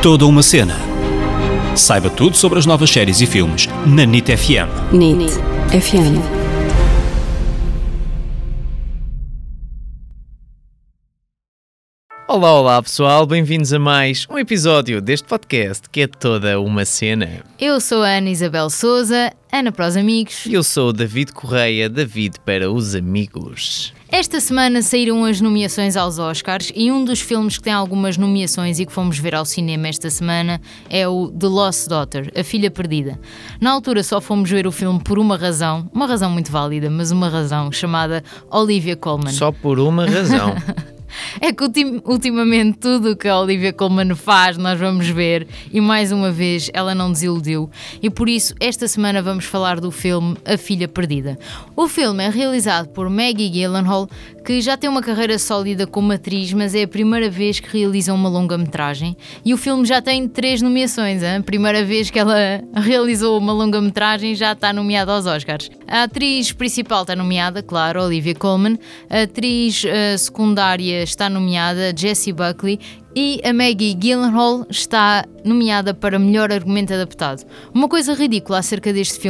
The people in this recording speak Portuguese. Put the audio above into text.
Toda uma cena. Saiba tudo sobre as novas séries e filmes na NIT FM. NIT FM. Olá pessoal, bem-vindos a mais um episódio deste podcast que é toda uma cena. Eu sou a Ana Isabel Souza, Ana para os amigos. E eu sou o David Correia, David para os amigos. Esta semana saíram as nomeações aos Oscars e um dos filmes que tem algumas nomeações e que fomos ver ao cinema esta semana é o The Lost Daughter, A Filha Perdida. Na altura só fomos ver o filme por uma razão muito válida, mas uma razão chamada Olivia Colman. Só por uma razão. É que ultimamente tudo o que a Olivia Colman faz nós vamos ver e mais uma vez ela não desiludiu e por isso esta semana vamos falar do filme A Filha Perdida. O filme é realizado por Maggie Gyllenhaal, que já tem uma carreira sólida como atriz, mas é a primeira vez que realiza uma longa-metragem e o filme já tem 3 nomeações. A primeira vez que ela realizou uma longa-metragem já está nomeada aos Oscars. A atriz principal está nomeada, claro, Olivia Colman. A atriz secundária está nomeada, Jessie Buckley, e a Maggie Gyllenhaal está nomeada para melhor argumento adaptado. Uma coisa ridícula acerca deste filme